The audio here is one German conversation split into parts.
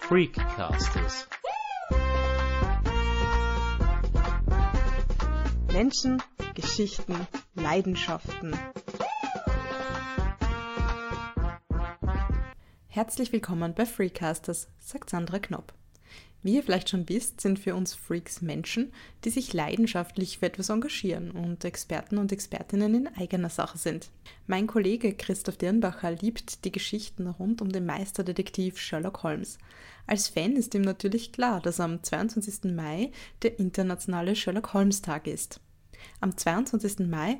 Freakcasters. Menschen, Geschichten, Leidenschaften. Herzlich willkommen bei Freakcasters, sagt Sandra Knopp. Wie ihr vielleicht schon wisst, sind für uns Freaks Menschen, die sich leidenschaftlich für etwas engagieren und Experten und Expertinnen in eigener Sache sind. Mein Kollege Christoph Dirnbacher liebt die Geschichten rund um den Meisterdetektiv Sherlock Holmes. Als Fan ist ihm natürlich klar, dass am 22. Mai der internationale Sherlock Holmes Tag ist. Am 22. Mai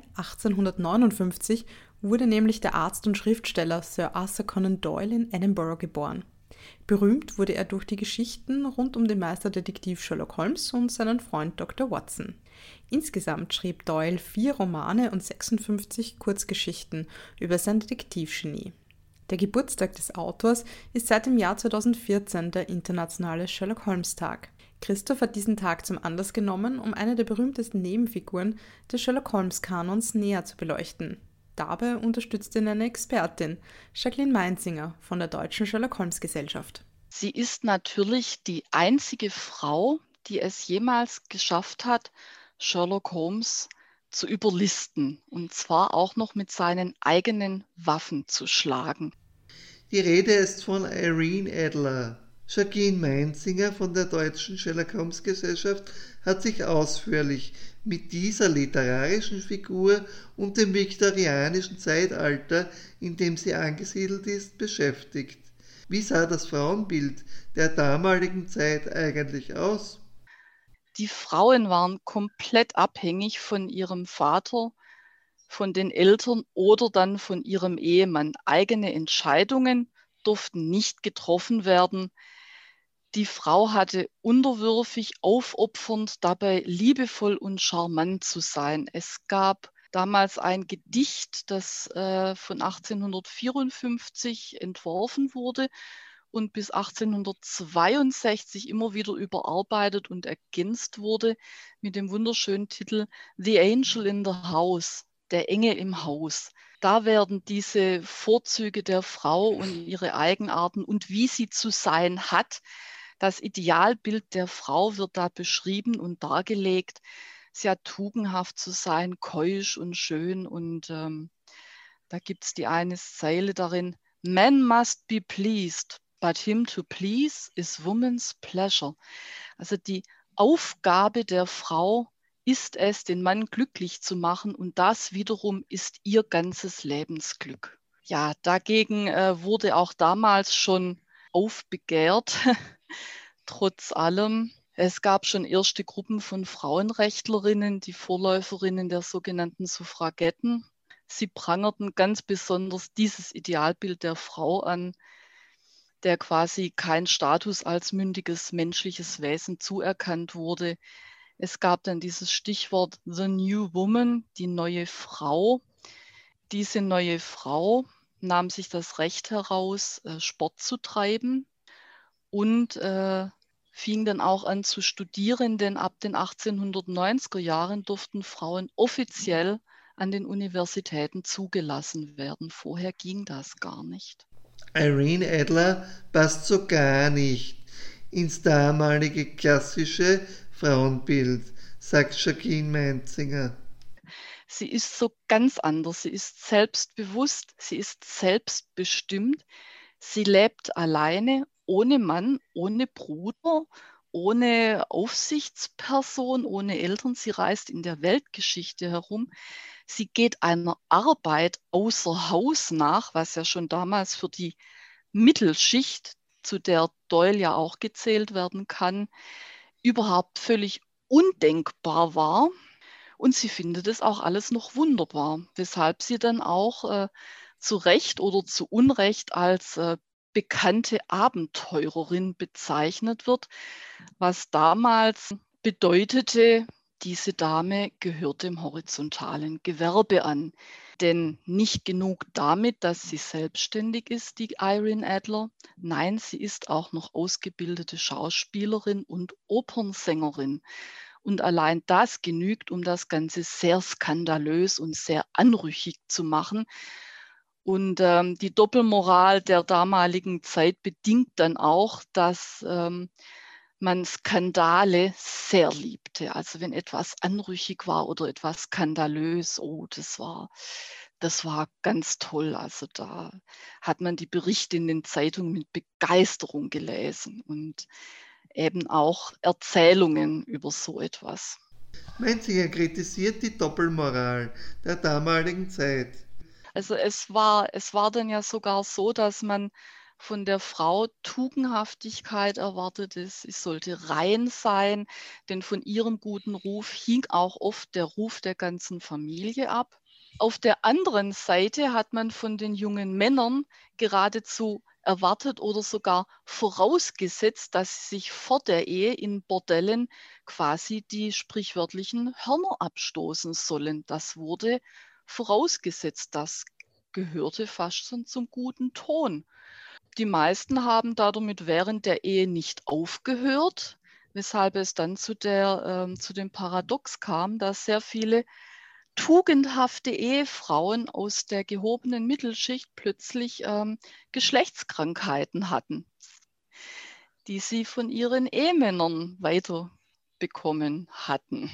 1859 wurde nämlich der Arzt und Schriftsteller Sir Arthur Conan Doyle in Edinburgh geboren. Berühmt wurde er durch die Geschichten rund um den Meisterdetektiv Sherlock Holmes und seinen Freund Dr. Watson. Insgesamt schrieb Doyle 4 Romane und 56 Kurzgeschichten über sein Detektivgenie. Der Geburtstag des Autors ist seit dem Jahr 2014 der internationale Sherlock Holmes Tag. Christoph hat diesen Tag zum Anlass genommen, um eine der berühmtesten Nebenfiguren des Sherlock Holmes Kanons näher zu beleuchten. Dabei unterstützt ihn eine Expertin, Jacqueline Meinzinger von der Deutschen Sherlock Holmes Gesellschaft. Sie ist natürlich die einzige Frau, die es jemals geschafft hat, Sherlock Holmes zu überlisten, und zwar auch noch mit seinen eigenen Waffen zu schlagen. Die Rede ist von Irene Adler. Jacqueline Meinzinger von der Deutschen Sherlock Holmes Gesellschaft hat sich ausführlich mit dieser literarischen Figur und dem viktorianischen Zeitalter, in dem sie angesiedelt ist, beschäftigt. Wie sah das Frauenbild der damaligen Zeit eigentlich aus? Die Frauen waren komplett abhängig von ihrem Vater, von den Eltern oder dann von ihrem Ehemann. Eigene Entscheidungen durften nicht getroffen werden. Die Frau hatte unterwürfig, aufopfernd, dabei liebevoll und charmant zu sein. Es gab damals ein Gedicht, das von 1854 entworfen wurde und bis 1862 immer wieder überarbeitet und ergänzt wurde mit dem wunderschönen Titel The Angel in the House, der Engel im Haus. Da werden diese Vorzüge der Frau und ihre Eigenarten und wie sie zu sein hat, das Idealbild der Frau wird da beschrieben und dargelegt. Sie hat tugendhaft zu sein, keusch und schön. Und da gibt es die eine Zeile darin: Man must be pleased, but him to please is woman's pleasure. Also die Aufgabe der Frau ist es, den Mann glücklich zu machen, und das wiederum ist ihr ganzes Lebensglück. Ja, dagegen wurde auch damals schon aufbegehrt. Trotz allem, es gab schon erste Gruppen von Frauenrechtlerinnen, die Vorläuferinnen der sogenannten Suffragetten. Sie prangerten ganz besonders dieses Idealbild der Frau an, der quasi kein Status als mündiges menschliches Wesen zuerkannt wurde. Es gab dann dieses Stichwort The New Woman, die neue Frau. Diese neue Frau nahm sich das Recht heraus, Sport zu treiben und fing dann auch an zu studieren, denn ab den 1890er Jahren durften Frauen offiziell an den Universitäten zugelassen werden. Vorher ging das gar nicht. Irene Adler passt so gar nicht ins damalige klassische Frauenbild, sagt Jacqueline Meinzinger. Sie ist so ganz anders. Sie ist selbstbewusst, sie ist selbstbestimmt. Sie lebt alleine, ohne Mann, ohne Bruder, ohne Aufsichtsperson, ohne Eltern. Sie reist in der Weltgeschichte herum. Sie geht einer Arbeit außer Haus nach, was ja schon damals für die Mittelschicht, zu der Doyle ja auch gezählt werden kann, überhaupt völlig undenkbar war. Und sie findet es auch alles noch wunderbar, weshalb sie dann auch zu Recht oder zu Unrecht als bekannte Abenteurerin bezeichnet wird, was damals bedeutete, diese Dame gehört dem horizontalen Gewerbe an. Denn nicht genug damit, dass sie selbstständig ist, die Irene Adler. Nein, sie ist auch noch ausgebildete Schauspielerin und Opernsängerin. Und allein das genügt, um das Ganze sehr skandalös und sehr anrüchig zu machen. Und die Doppelmoral der damaligen Zeit bedingt dann auch, dass man Skandale sehr liebte. Also wenn etwas anrüchig war oder etwas skandalös, oh, das war ganz toll. Also da hat man die Berichte in den Zeitungen mit Begeisterung gelesen und eben auch Erzählungen über so etwas. Menzinger kritisiert die Doppelmoral der damaligen Zeit. Also es war dann ja sogar so, dass man von der Frau Tugendhaftigkeit erwartete. Sie sollte rein sein, denn von ihrem guten Ruf hing auch oft der Ruf der ganzen Familie ab. Auf der anderen Seite hat man von den jungen Männern geradezu erwartet oder sogar vorausgesetzt, dass sie sich vor der Ehe in Bordellen quasi die sprichwörtlichen Hörner abstoßen sollen. Das wurde vorausgesetzt, das gehörte fast schon zum guten Ton. Die meisten haben damit während der Ehe nicht aufgehört, weshalb es dann zu dem Paradox kam, dass sehr viele tugendhafte Ehefrauen aus der gehobenen Mittelschicht plötzlich Geschlechtskrankheiten hatten, die sie von ihren Ehemännern weiterbekommen hatten.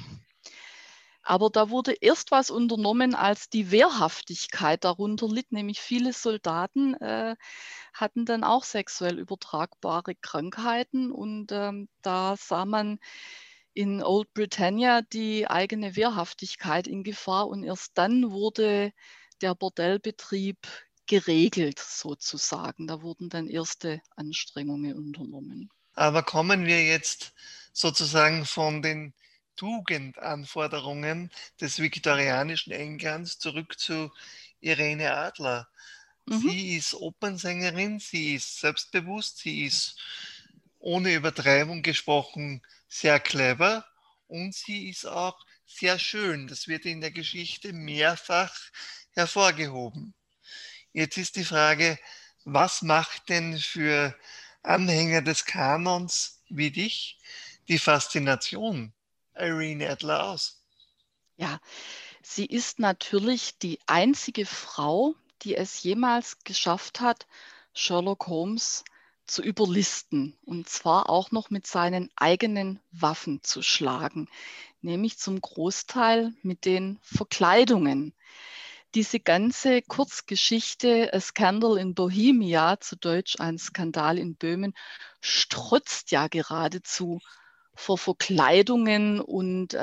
Aber da wurde erst was unternommen, als die Wehrhaftigkeit darunter litt, nämlich viele Soldaten hatten dann auch sexuell übertragbare Krankheiten und da sah man in Old Britannia die eigene Wehrhaftigkeit in Gefahr und erst dann wurde der Bordellbetrieb geregelt sozusagen. Da wurden dann erste Anstrengungen unternommen. Aber kommen wir jetzt sozusagen von den Tugendanforderungen des viktorianischen Englands zurück zu Irene Adler. Sie ist Opernsängerin, sie ist selbstbewusst, sie ist ohne Übertreibung gesprochen sehr clever und sie ist auch sehr schön. Das wird in der Geschichte mehrfach hervorgehoben. Jetzt ist die Frage, was macht denn für Anhänger des Kanons wie dich die Faszination Irene Adler aus? Ja, sie ist natürlich die einzige Frau, die es jemals geschafft hat, Sherlock Holmes zu überlisten. Und zwar auch noch mit seinen eigenen Waffen zu schlagen, nämlich zum Großteil mit den Verkleidungen. Diese ganze Kurzgeschichte A Scandal in Bohemia, zu Deutsch ein Skandal in Böhmen, strotzt ja geradezu vor Verkleidungen und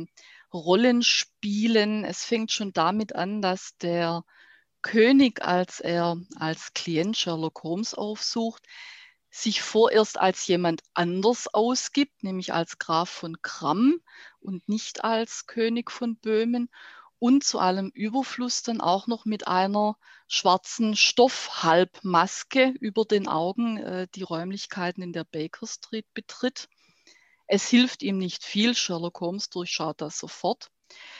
Rollenspielen. Es fängt schon damit an, dass der König, als er als Klient Sherlock Holmes aufsucht, sich vorerst als jemand anders ausgibt, nämlich als Graf von Kramm und nicht als König von Böhmen und zu allem Überfluss dann auch noch mit einer schwarzen Stoffhalbmaske über den Augen die Räumlichkeiten in der Baker Street betritt. Es hilft ihm nicht viel, Sherlock Holmes durchschaut das sofort.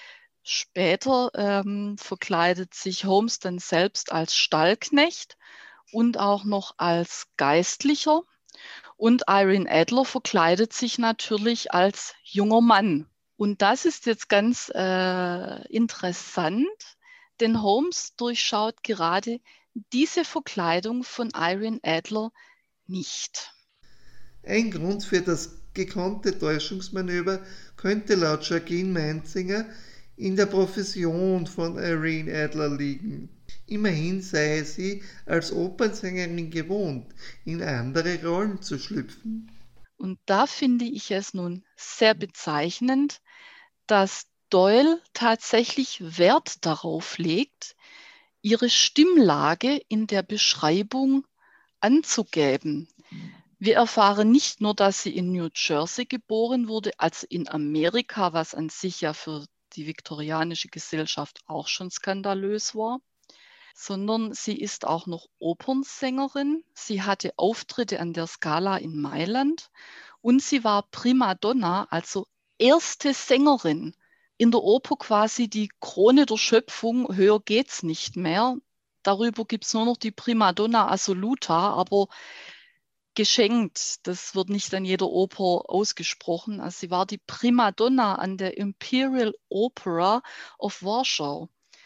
Später verkleidet sich Holmes dann selbst als Stallknecht und auch noch als Geistlicher. Und Irene Adler verkleidet sich natürlich als junger Mann. Und das ist jetzt ganz interessant, denn Holmes durchschaut gerade diese Verkleidung von Irene Adler nicht. Ein Grund für das gekonnte Täuschungsmanöver könnte laut Jacqueline Menzinger in der Profession von Irene Adler liegen. Immerhin sei sie als Opernsängerin gewohnt, in andere Rollen zu schlüpfen. Und da finde ich es nun sehr bezeichnend, dass Doyle tatsächlich Wert darauf legt, ihre Stimmlage in der Beschreibung anzugeben. Wir erfahren nicht nur, dass sie in New Jersey geboren wurde, also in Amerika, was an sich ja für die viktorianische Gesellschaft auch schon skandalös war, sondern sie ist auch noch Opernsängerin. Sie hatte Auftritte an der Scala in Mailand und sie war Primadonna, also erste Sängerin. In der Oper quasi die Krone der Schöpfung, höher geht's nicht mehr. Darüber gibt es nur noch die Primadonna Assoluta, aber geschenkt. Das wird nicht an jeder Oper ausgesprochen. Also sie war die Primadonna an der Imperial Opera of Warschau.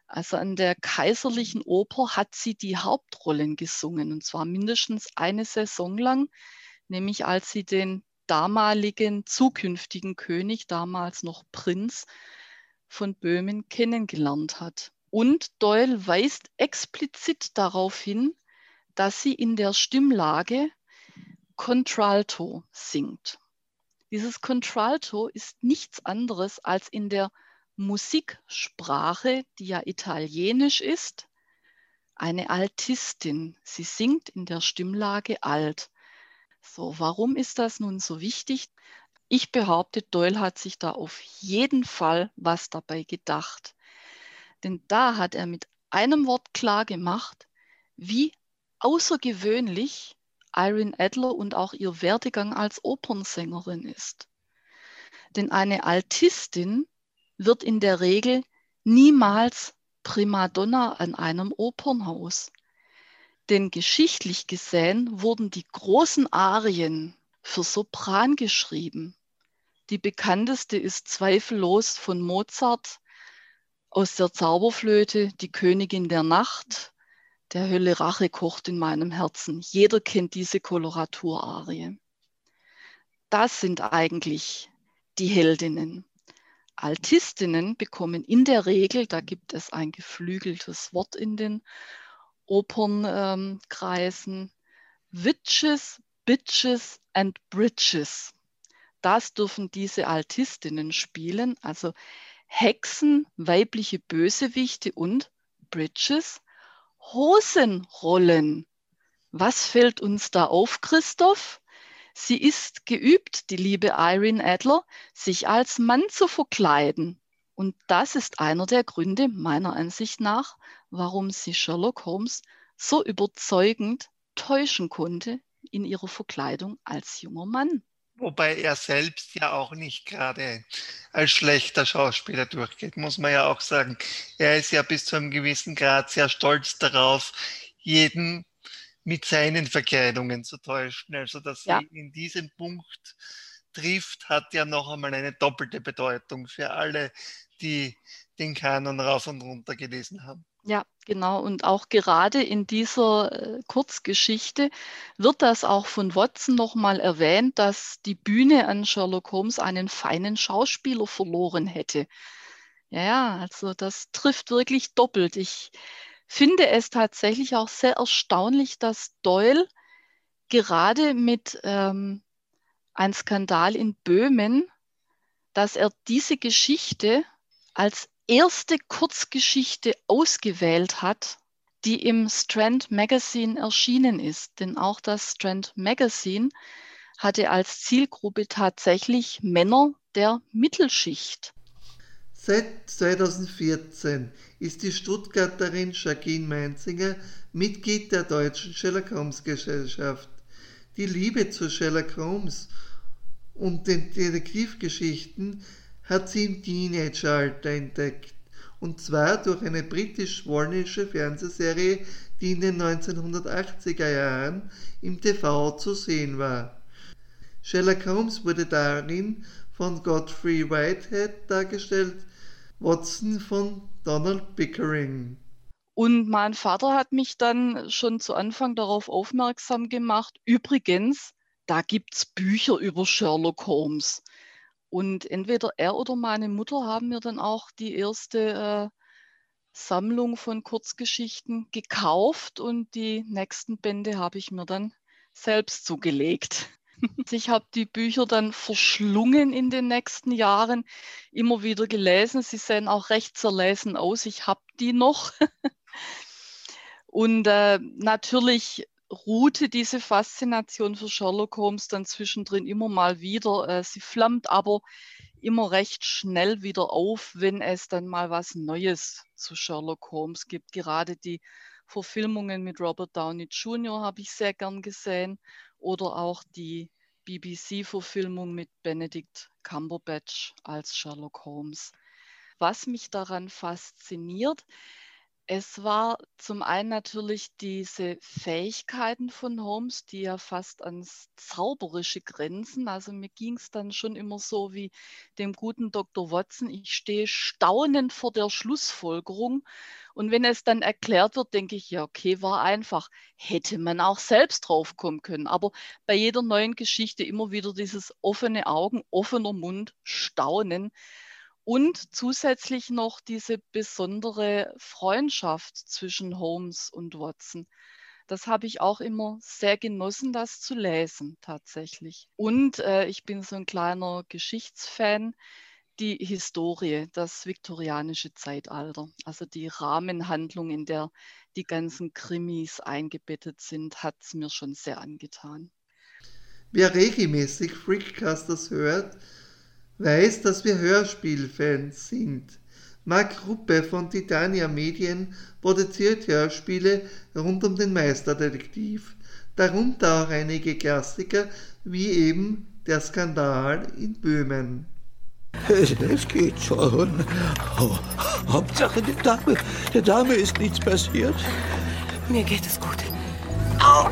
Also an der Kaiserlichen Oper hat sie die Hauptrollen gesungen, und zwar mindestens eine Saison lang, nämlich als sie den damaligen zukünftigen König, damals noch Prinz von Böhmen, kennengelernt hat. Und Doyle weist explizit darauf hin, dass sie in der Stimmlage Contralto singt. Dieses Contralto ist nichts anderes als in der Musiksprache, die ja italienisch ist, eine Altistin. Sie singt in der Stimmlage Alt. So, warum ist das nun so wichtig? Ich behaupte, Doyle hat sich da auf jeden Fall was dabei gedacht. Denn da hat er mit einem Wort klar gemacht, wie außergewöhnlich Irene Adler und auch ihr Werdegang als Opernsängerin ist. Denn eine Altistin wird in der Regel niemals Primadonna an einem Opernhaus. Denn geschichtlich gesehen wurden die großen Arien für Sopran geschrieben. Die bekannteste ist zweifellos von Mozart aus der Zauberflöte, die Königin der Nacht, der Hölle Rache kocht in meinem Herzen. Jeder kennt diese Koloratuраrie. Das sind eigentlich die Heldinnen. Altistinnen bekommen in der Regel, da gibt es ein geflügeltes Wort in den Opernkreisen, Witches, Bitches and Bridges. Das dürfen diese Altistinnen spielen, also Hexen, weibliche Bösewichte und Bridges, Hosenrollen. Was fällt uns da auf, Christoph? Sie ist geübt, die liebe Irene Adler, sich als Mann zu verkleiden. Und das ist einer der Gründe meiner Ansicht nach, warum sie Sherlock Holmes so überzeugend täuschen konnte in ihrer Verkleidung als junger Mann. Wobei er selbst ja auch nicht gerade als schlechter Schauspieler durchgeht, muss man ja auch sagen. Er ist ja bis zu einem gewissen Grad sehr stolz darauf, jeden mit seinen Verkleidungen zu täuschen. Also, dass Ja. sie in diesem Punkt trifft, hat ja noch einmal eine doppelte Bedeutung für alle, die den Kanon rauf und runter gelesen haben. Ja, genau. Und auch gerade in dieser Kurzgeschichte wird das auch von Watson nochmal erwähnt, dass die Bühne an Sherlock Holmes einen feinen Schauspieler verloren hätte. Ja, also das trifft wirklich doppelt. Ich finde es tatsächlich auch sehr erstaunlich, dass Doyle gerade mit Ein Skandal in Böhmen, dass er diese Geschichte als erste Kurzgeschichte ausgewählt hat, die im Strand Magazine erschienen ist. Denn auch das Strand Magazine hatte als Zielgruppe tatsächlich Männer der Mittelschicht. Seit 2014 ist die Stuttgarterin Jacqueline Meinzinger Mitglied der Deutschen Sherlock Holmes Gesellschaft. Die Liebe zu Sherlock Holmes und den Detektivgeschichten hat sie im Teenageralter entdeckt. Und zwar durch eine britisch-polnische Fernsehserie, die in den 1980er Jahren im TV zu sehen war. Sherlock Holmes wurde darin von Godfrey Whitehead dargestellt, Watson von Donald Pickering. Und mein Vater hat mich dann schon zu Anfang darauf aufmerksam gemacht, übrigens, da gibt es Bücher über Sherlock Holmes. Und entweder er oder meine Mutter haben mir dann auch die erste Sammlung von Kurzgeschichten gekauft und die nächsten Bände habe ich mir dann selbst zugelegt. Ich habe die Bücher dann verschlungen in den nächsten Jahren, immer wieder gelesen. Sie sehen auch recht zerlesen aus. Ich habe die noch. Und natürlich ruhte diese Faszination für Sherlock Holmes dann zwischendrin immer mal wieder. Sie flammt aber immer recht schnell wieder auf, wenn es dann mal was Neues zu Sherlock Holmes gibt. Gerade die Verfilmungen mit Robert Downey Jr. habe ich sehr gern gesehen oder auch die BBC-Verfilmung mit Benedict Cumberbatch als Sherlock Holmes. Was mich daran fasziniert, Es war zum einen natürlich diese Fähigkeiten von Holmes, die ja fast ans Zauberische grenzen. Also mir ging es dann schon immer so wie dem guten Dr. Watson. Ich stehe staunend vor der Schlussfolgerung. Und wenn es dann erklärt wird, denke ich, ja, okay, war einfach. Hätte man auch selbst drauf kommen können. Aber bei jeder neuen Geschichte immer wieder dieses offene Augen, offener Mund, Staunen. Und zusätzlich noch diese besondere Freundschaft zwischen Holmes und Watson. Das habe ich auch immer sehr genossen, das zu lesen, tatsächlich. Und ich bin so ein kleiner Geschichtsfan. Die Historie, das viktorianische Zeitalter, also die Rahmenhandlung, in der die ganzen Krimis eingebettet sind, hat es mir schon sehr angetan. Wer regelmäßig Freakcasters hört, weiß, dass wir Hörspielfans sind. Marc Ruppe von Titania Medien produziert Hörspiele rund um den Meisterdetektiv, darunter auch einige Klassiker wie eben Der Skandal in Böhmen. Es geht schon. Oh, Hauptsache der Dame ist nichts passiert. Mir geht es gut. Au!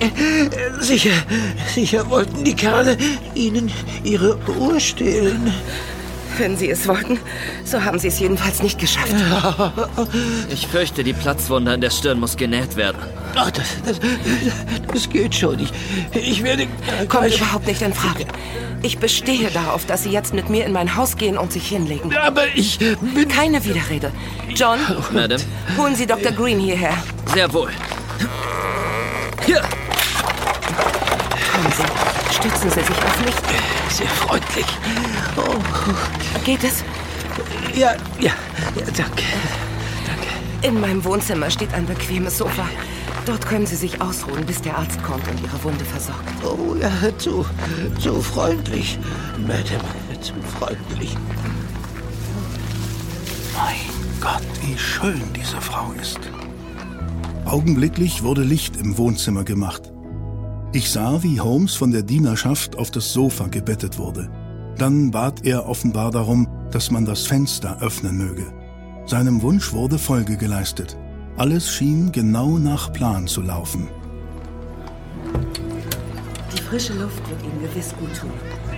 Sicher wollten die Kerle Ihnen Ihre Uhr stehlen. Wenn Sie es wollten, so haben Sie es jedenfalls nicht geschafft. Ich fürchte, die Platzwunde an der Stirn muss genäht werden. Ach, das geht schon. Ich werde... Kommt überhaupt nicht in Frage. Ich bestehe darauf, dass Sie jetzt mit mir in mein Haus gehen und sich hinlegen. Aber ich bin... Keine Widerrede. John, Madame? holen Sie Dr. Green hierher. Sehr wohl. Hier. Kommen Sie, stützen Sie sich auf mich. Sehr freundlich. Oh. Geht es? Ja, danke. In meinem Wohnzimmer steht ein bequemes Sofa. Dort können Sie sich ausruhen, bis der Arzt kommt und Ihre Wunde versorgt. Oh ja, zu freundlich, Madame, zu freundlich. Mein Gott, wie schön diese Frau ist. Augenblicklich wurde Licht im Wohnzimmer gemacht. Ich sah, wie Holmes von der Dienerschaft auf das Sofa gebettet wurde. Dann bat er offenbar darum, dass man das Fenster öffnen möge. Seinem Wunsch wurde Folge geleistet. Alles schien genau nach Plan zu laufen. Die frische Luft wird Ihnen gewiss gut tun.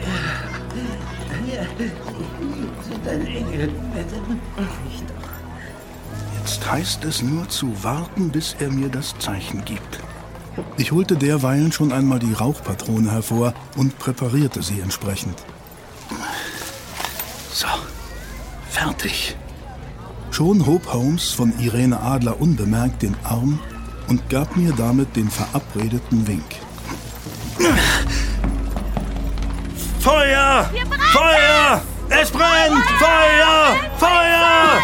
Sie sind ein Engel, Madame. Ich doch. Jetzt heißt es nur zu warten, bis er mir das Zeichen gibt. Ich holte derweilen schon einmal die Rauchpatrone hervor und präparierte sie entsprechend. So, fertig. Schon hob Holmes von Irene Adler unbemerkt den Arm und gab mir damit den verabredeten Wink. Feuer! Feuer! Es brennt! Feuer! Feuer!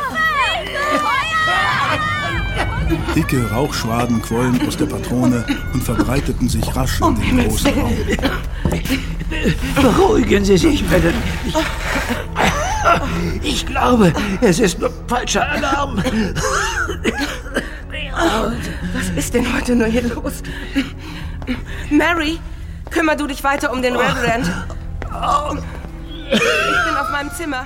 Dicke Rauchschwaden quollen aus der Patrone und verbreiteten sich rasch in den großen Raum. Beruhigen Sie sich, Madame. Ich glaube, es ist nur falscher Alarm. Was ist denn heute nur hier los? Mary, kümmer du dich weiter um den Reverend. Ich bin auf meinem Zimmer.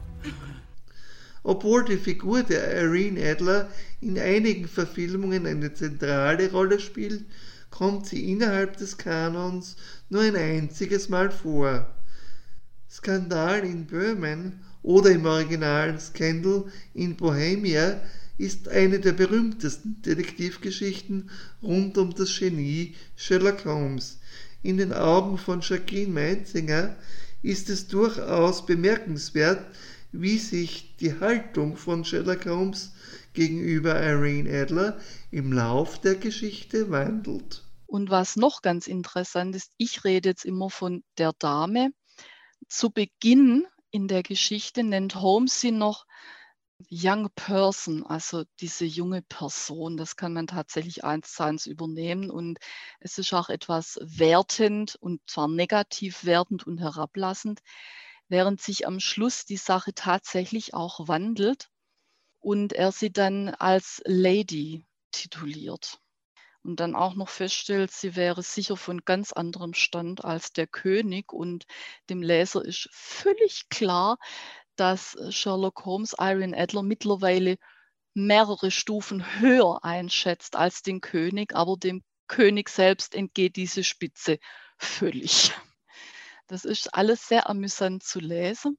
Obwohl die Figur der Irene Adler in einigen Verfilmungen eine zentrale Rolle spielt, kommt sie innerhalb des Kanons nur ein einziges Mal vor. Skandal in Böhmen oder im Original Scandal in Bohemia ist eine der berühmtesten Detektivgeschichten rund um das Genie Sherlock Holmes. In den Augen von Jacqueline Meinzinger ist es durchaus bemerkenswert, wie sich die Haltung von Sherlock Holmes gegenüber Irene Adler im Lauf der Geschichte wandelt. Und was noch ganz interessant ist, ich rede jetzt immer von der Dame. Zu Beginn in der Geschichte nennt Holmes sie noch Young Person, also diese junge Person. Das kann man tatsächlich 1:1 übernehmen und es ist auch etwas wertend und zwar negativ wertend und herablassend, während sich am Schluss die Sache tatsächlich auch wandelt und er sie dann als Lady tituliert. Und dann auch noch feststellt, sie wäre sicher von ganz anderem Stand als der König. Und dem Leser ist völlig klar, dass Sherlock Holmes Irene Adler mittlerweile mehrere Stufen höher einschätzt als den König, aber dem König selbst entgeht diese Spitze völlig. Das ist alles sehr amüsant zu lesen.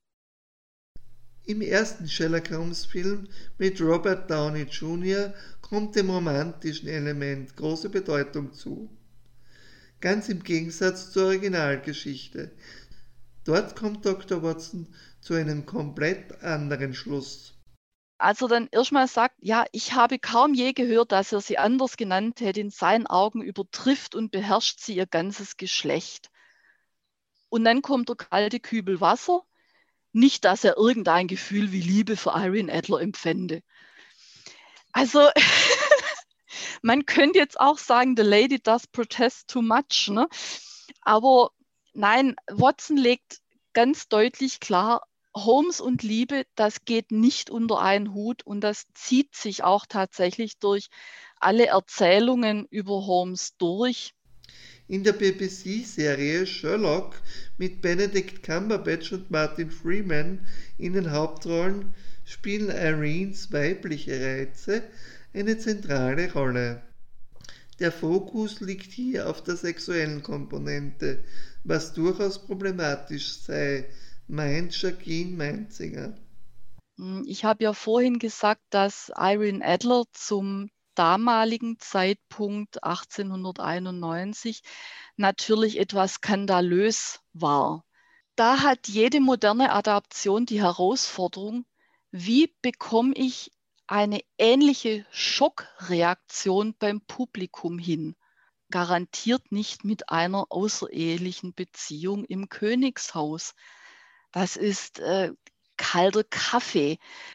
Im ersten Sherlock Holmes-Film mit Robert Downey Jr. kommt dem romantischen Element große Bedeutung zu. Ganz im Gegensatz zur Originalgeschichte. Dort kommt Dr. Watson zu einem komplett anderen Schluss. Als er dann erstmal sagt, ja, ich habe kaum je gehört, dass er sie anders genannt hätte, in seinen Augen übertrifft und beherrscht sie ihr ganzes Geschlecht. Und dann kommt der kalte Kübel Wasser. Nicht, dass er irgendein Gefühl wie Liebe für Irene Adler empfände. Also, man könnte jetzt auch sagen, the lady does protest too much. Ne? Aber nein, Watson legt ganz deutlich klar, Holmes und Liebe, das geht nicht unter einen Hut und das zieht sich auch tatsächlich durch alle Erzählungen über Holmes durch. In der BBC-Serie Sherlock mit Benedict Cumberbatch und Martin Freeman in den Hauptrollen spielen Irenes weibliche Reize eine zentrale Rolle. Der Fokus liegt hier auf der sexuellen Komponente, was durchaus problematisch sei, meint Jacqueline Meinzinger. Ich habe ja vorhin gesagt, dass Irene Adler zum damaligen Zeitpunkt 1891 natürlich etwas skandalös war. Da hat jede moderne Adaption die Herausforderung, wie bekomme ich eine ähnliche Schockreaktion beim Publikum hin? Garantiert nicht mit einer außerehelichen Beziehung im Königshaus. Das ist kalter Kaffee.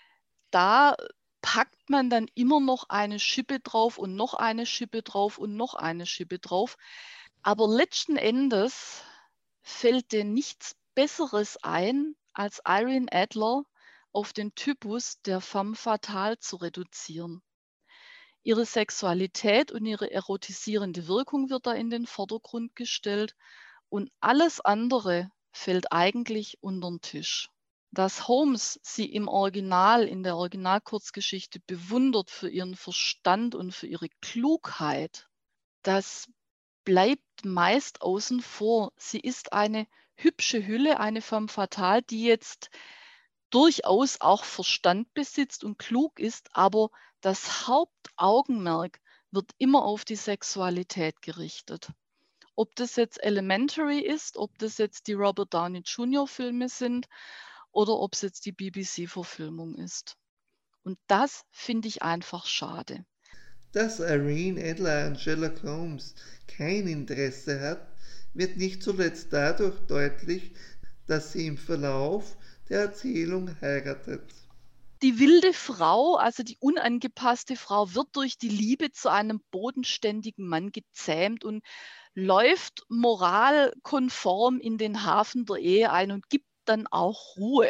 Da packt man dann immer noch eine Schippe drauf und noch eine Schippe drauf und noch eine Schippe drauf. Aber letzten Endes fällt dir nichts Besseres ein, als Irene Adler auf den Typus der femme fatale zu reduzieren. Ihre Sexualität und ihre erotisierende Wirkung wird da in den Vordergrund gestellt und alles andere fällt eigentlich unter den Tisch. Dass Holmes sie im Original, in der Originalkurzgeschichte bewundert für ihren Verstand und für ihre Klugheit, das bleibt meist außen vor. Sie ist eine hübsche Hülle, eine femme fatale, die jetzt durchaus auch Verstand besitzt und klug ist, aber das Hauptaugenmerk wird immer auf die Sexualität gerichtet. Ob das jetzt Elementary ist, ob das jetzt die Robert Downey Jr. Filme sind oder ob es jetzt die BBC-Verfilmung ist. Und das finde ich einfach schade. Dass Irene Adler an Sherlock Holmes kein Interesse hat, wird nicht zuletzt dadurch deutlich, dass sie im Verlauf der Erzählung heiratet. Die wilde Frau, also die unangepasste Frau, wird durch die Liebe zu einem bodenständigen Mann gezähmt und läuft moralkonform in den Hafen der Ehe ein und gibt dann auch Ruhe.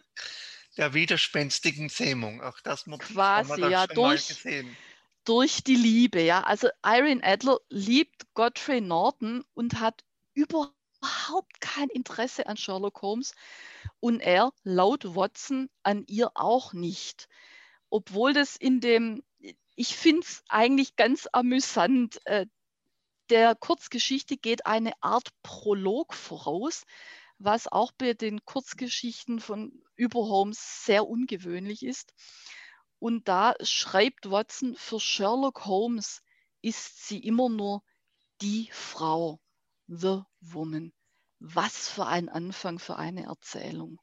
Der widerspenstigen Zähmung, auch das Quasi, haben wir dann ja, schon mal gesehen. Durch die Liebe, ja. Also Irene Adler liebt Godfrey Norton und hat überhaupt kein Interesse an Sherlock Holmes und er, laut Watson, an ihr auch nicht. Obwohl das ich finde es eigentlich ganz amüsant, der Kurzgeschichte geht eine Art Prolog voraus, was auch bei den Kurzgeschichten von über Holmes sehr ungewöhnlich ist. Und da schreibt Watson, für Sherlock Holmes ist sie immer nur die Frau, the woman. Was für ein Anfang für eine Erzählung.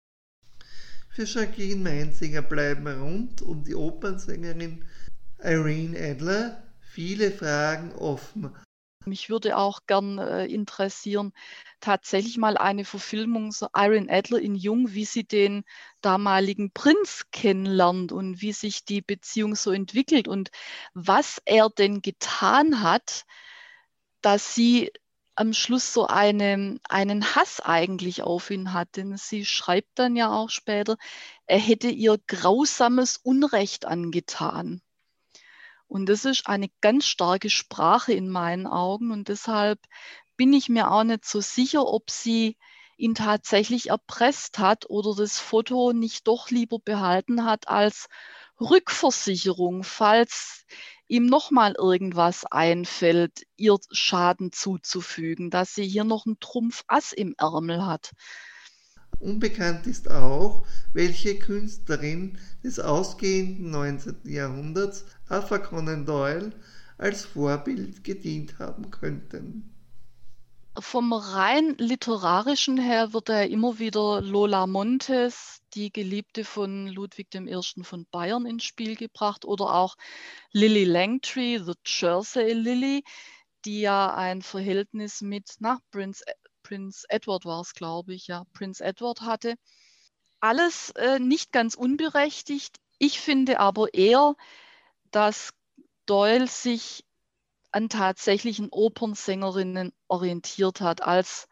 Für Jacqueline Meinzinger bleiben rund um die Opernsängerin Irene Adler viele Fragen offen. Mich würde auch gern interessieren, tatsächlich mal eine Verfilmung so Irene Adler in Jung, wie sie den damaligen Prinz kennenlernt und wie sich die Beziehung so entwickelt und was er denn getan hat, dass sie am Schluss so einen Hass eigentlich auf ihn hat. Denn sie schreibt dann ja auch später, er hätte ihr grausames Unrecht angetan. Und das ist eine ganz starke Sprache in meinen Augen und deshalb bin ich mir auch nicht so sicher, ob sie ihn tatsächlich erpresst hat oder das Foto nicht doch lieber behalten hat als Rückversicherung, falls ihm nochmal irgendwas einfällt, ihr Schaden zuzufügen, dass sie hier noch einen Trumpfass im Ärmel hat. Unbekannt ist auch, welche Künstlerin des ausgehenden 19. Jahrhunderts Arthur Conan Doyle als Vorbild gedient haben könnten. Vom rein literarischen her wird er immer wieder Lola Montes, die Geliebte von Ludwig I. von Bayern, ins Spiel gebracht, oder auch Lily Langtry, The Jersey Lily, die ja ein Verhältnis mit Prince Edward war es, glaube ich, ja, Prince Edward hatte. Alles nicht ganz unberechtigt. Ich finde aber eher, dass Doyle sich an tatsächlichen Opernsängerinnen orientiert hat, als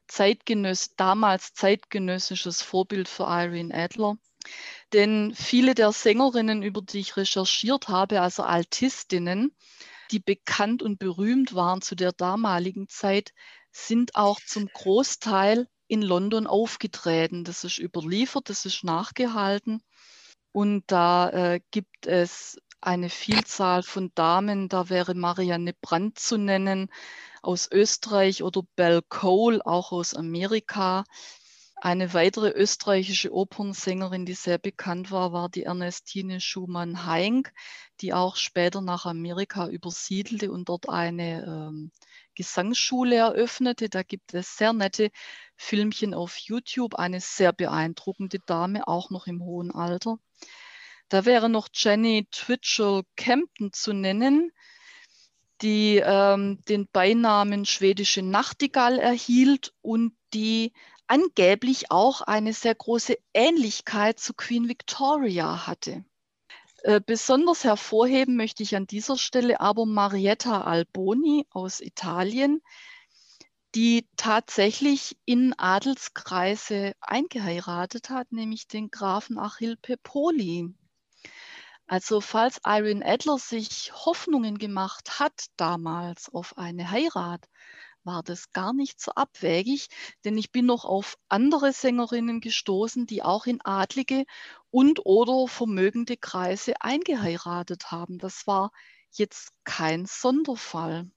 damals zeitgenössisches Vorbild für Irene Adler. Denn viele der Sängerinnen, über die ich recherchiert habe, also Altistinnen, die bekannt und berühmt waren zu der damaligen Zeit, sind auch zum Großteil in London aufgetreten. Das ist überliefert, das ist nachgehalten. Und da gibt es eine Vielzahl von Damen, da wäre Marianne Brandt zu nennen, aus Österreich, oder Belle Cole, auch aus Amerika. Eine weitere österreichische Opernsängerin, die sehr bekannt war, war die Ernestine Schumann-Heink, die auch später nach Amerika übersiedelte und dort eine Gesangsschule eröffnete. Da gibt es sehr nette Filmchen auf YouTube, eine sehr beeindruckende Dame, auch noch im hohen Alter. Da wäre noch Jenny Twitchell Campton zu nennen, die den Beinamen schwedische Nachtigall erhielt und die angeblich auch eine sehr große Ähnlichkeit zu Queen Victoria hatte. Besonders hervorheben möchte ich an dieser Stelle aber Marietta Alboni aus Italien, die tatsächlich in Adelskreise eingeheiratet hat, nämlich den Grafen Achille Pepoli. Also falls Irene Adler sich Hoffnungen gemacht hat damals auf eine Heirat, war das gar nicht so abwegig, denn ich bin noch auf andere Sängerinnen gestoßen, die auch in adlige und oder vermögende Kreise eingeheiratet haben. Das war jetzt kein Sonderfall.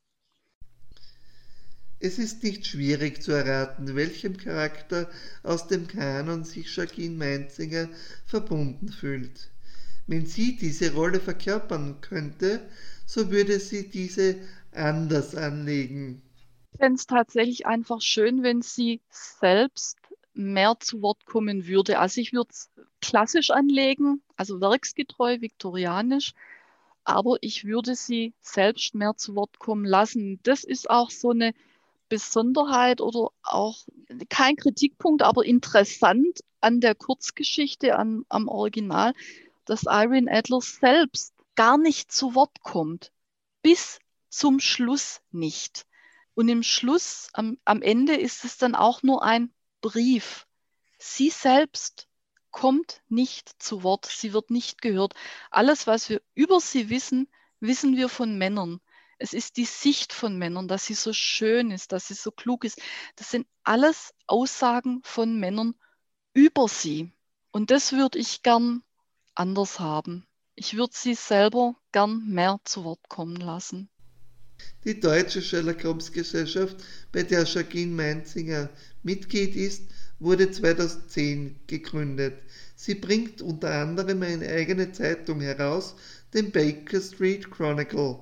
Es ist nicht schwierig zu erraten, welchem Charakter aus dem Kanon sich Jacqueline Meinzinger verbunden fühlt. Wenn sie diese Rolle verkörpern könnte, so würde sie diese anders anlegen. Ich fände es tatsächlich einfach schön, wenn sie selbst mehr zu Wort kommen würde. Also ich würde es klassisch anlegen, also werksgetreu, viktorianisch, aber ich würde sie selbst mehr zu Wort kommen lassen. Das ist auch so eine Besonderheit oder auch kein Kritikpunkt, aber interessant an der Kurzgeschichte, am Original, dass Irene Adler selbst gar nicht zu Wort kommt. Bis zum Schluss nicht. Und im Schluss, am Ende ist es dann auch nur ein Brief. Sie selbst kommt nicht zu Wort, sie wird nicht gehört. Alles, was wir über sie wissen, wissen wir von Männern. Es ist die Sicht von Männern, dass sie so schön ist, dass sie so klug ist. Das sind alles Aussagen von Männern über sie. Und das würde ich gern anders haben. Ich würde sie selber gern mehr zu Wort kommen lassen. Die Deutsche Sherlock Holmes Gesellschaft, bei der Jacqueline Meinzinger Mitglied ist, wurde 2010 gegründet. Sie bringt unter anderem eine eigene Zeitung heraus, den Baker Street Chronicle.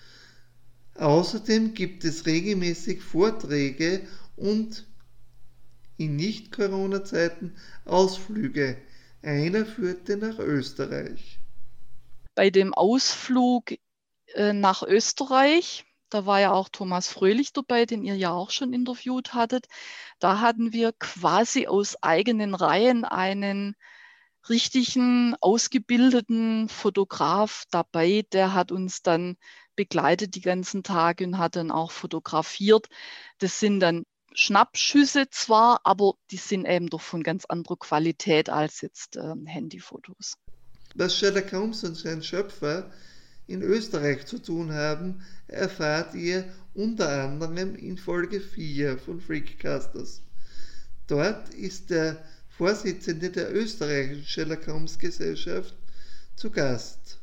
Außerdem gibt es regelmäßig Vorträge und in Nicht-Corona-Zeiten Ausflüge. Einer führte nach Österreich. Bei dem Ausflug nach Österreich, da war ja auch Thomas Fröhlich dabei, den ihr ja auch schon interviewt hattet, da hatten wir quasi aus eigenen Reihen einen richtigen, ausgebildeten Fotograf dabei, der hat uns dann begleitet die ganzen Tage und hat dann auch fotografiert. Das sind dann Schnappschüsse zwar, aber die sind eben doch von ganz anderer Qualität als jetzt Handyfotos. Was Sherlock Holmes und sein Schöpfer in Österreich zu tun haben, erfahrt ihr unter anderem in Folge 4 von Freakcasters. Dort ist der Vorsitzende der österreichischen Sherlock Holmes Gesellschaft, zu Gast.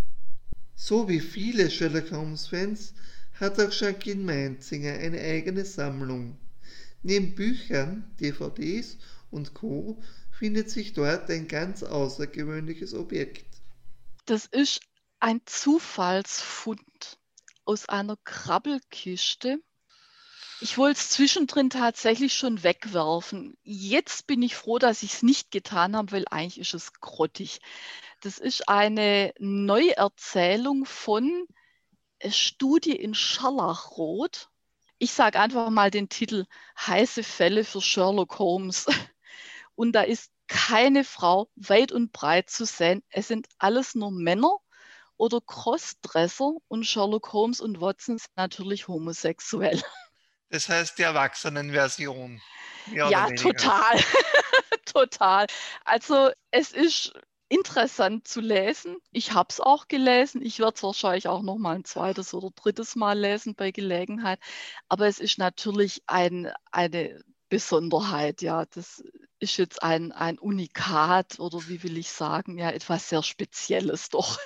So wie viele Sherlock Holmes-Fans hat auch Jacqueline Meinzinger eine eigene Sammlung. Neben Büchern, DVDs und Co. findet sich dort ein ganz außergewöhnliches Objekt. Das ist ein Zufallsfund aus einer Krabbelkiste. Ich wollte es zwischendrin tatsächlich schon wegwerfen. Jetzt bin ich froh, dass ich es nicht getan habe, weil eigentlich ist es grottig. Das ist eine Neuerzählung von Studie in Scharlachrot. Ich sage einfach mal den Titel Heiße Fälle für Sherlock Holmes. Und da ist keine Frau weit und breit zu sehen. Es sind alles nur Männer oder Crossdresser und Sherlock Holmes und Watson sind natürlich homosexuell. Das heißt die Erwachsenenversion. Ja, total. Total. Also es ist interessant zu lesen. Ich habe es auch gelesen. Ich werde es wahrscheinlich auch noch mal ein zweites oder drittes Mal lesen bei Gelegenheit. Aber es ist natürlich eine Besonderheit. Ja, das ist jetzt ein Unikat oder wie will ich sagen, ja, etwas sehr Spezielles doch.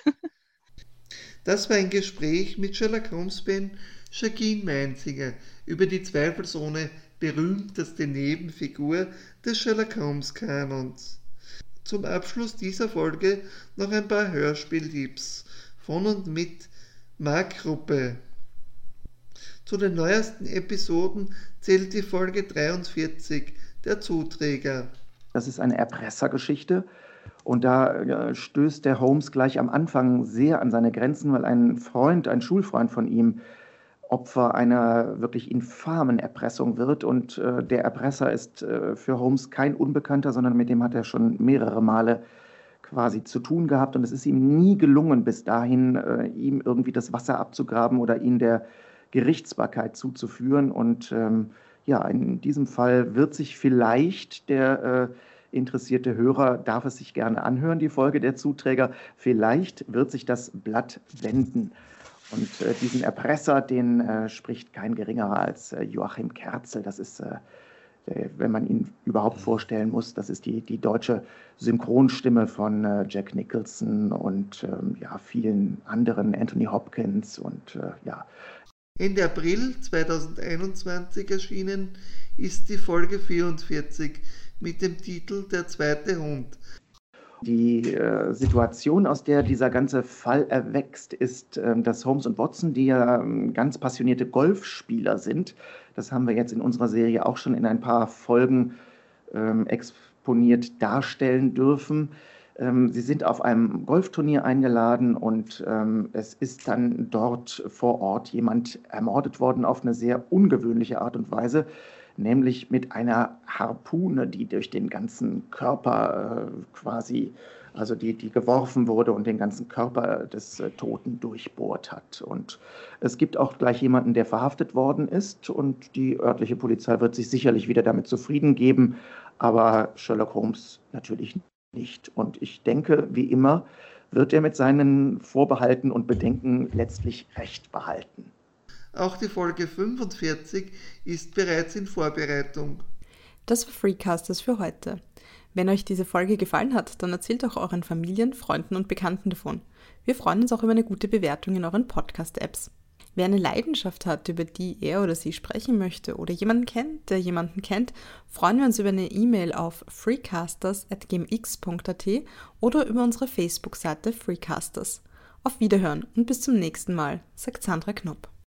Das war ein Gespräch mit Sherlock Holmes-Fan Jacqueline Meinzinger über die zweifelsohne berühmteste Nebenfigur des Sherlock Holmes-Kanons. Zum Abschluss dieser Folge noch ein paar Hörspieltipps von und mit Mark Ruppe. Zu den neuesten Episoden zählt die Folge 43, der Zuträger. Das ist eine Erpressergeschichte und da stößt der Holmes gleich am Anfang sehr an seine Grenzen, weil ein Schulfreund von ihm Opfer einer wirklich infamen Erpressung wird und der Erpresser ist für Holmes kein Unbekannter, sondern mit dem hat er schon mehrere Male quasi zu tun gehabt und es ist ihm nie gelungen, bis dahin ihm irgendwie das Wasser abzugraben oder ihn der Gerichtsbarkeit zuzuführen und ja, in diesem Fall wird sich vielleicht der interessierte Hörer, darf es sich gerne anhören, die Folge der Zuträger, vielleicht wird sich das Blatt wenden. Und diesen Erpresser, den spricht kein geringerer als Joachim Kerzel. Das ist, wenn man ihn überhaupt vorstellen muss, das ist die deutsche Synchronstimme von Jack Nicholson und ja, vielen anderen, Anthony Hopkins und ja. Ende April 2021 erschienen ist die Folge 44 mit dem Titel Der zweite Hund. Die Situation, aus der dieser ganze Fall erwächst, ist, dass Holmes und Watson, die ja ganz passionierte Golfspieler sind, das haben wir jetzt in unserer Serie auch schon in ein paar Folgen exponiert darstellen dürfen. Sie sind auf einem Golfturnier eingeladen und es ist dann dort vor Ort jemand ermordet worden auf eine sehr ungewöhnliche Art und Weise, nämlich mit einer Harpune, die durch den ganzen Körper quasi, also die geworfen wurde und den ganzen Körper des Toten durchbohrt hat. Und es gibt auch gleich jemanden, der verhaftet worden ist und die örtliche Polizei wird sich sicherlich wieder damit zufrieden geben, aber Sherlock Holmes natürlich nicht. Und ich denke, wie immer, wird er mit seinen Vorbehalten und Bedenken letztlich Recht behalten. Auch die Folge 45 ist bereits in Vorbereitung. Das war Freecasters für heute. Wenn euch diese Folge gefallen hat, dann erzählt auch euren Familien, Freunden und Bekannten davon. Wir freuen uns auch über eine gute Bewertung in euren Podcast-Apps. Wer eine Leidenschaft hat, über die er oder sie sprechen möchte oder jemanden kennt, der jemanden kennt, freuen wir uns über eine E-Mail auf freecasters@gmx.at oder über unsere Facebook-Seite Freecasters. Auf Wiederhören und bis zum nächsten Mal, sagt Sandra Knopp.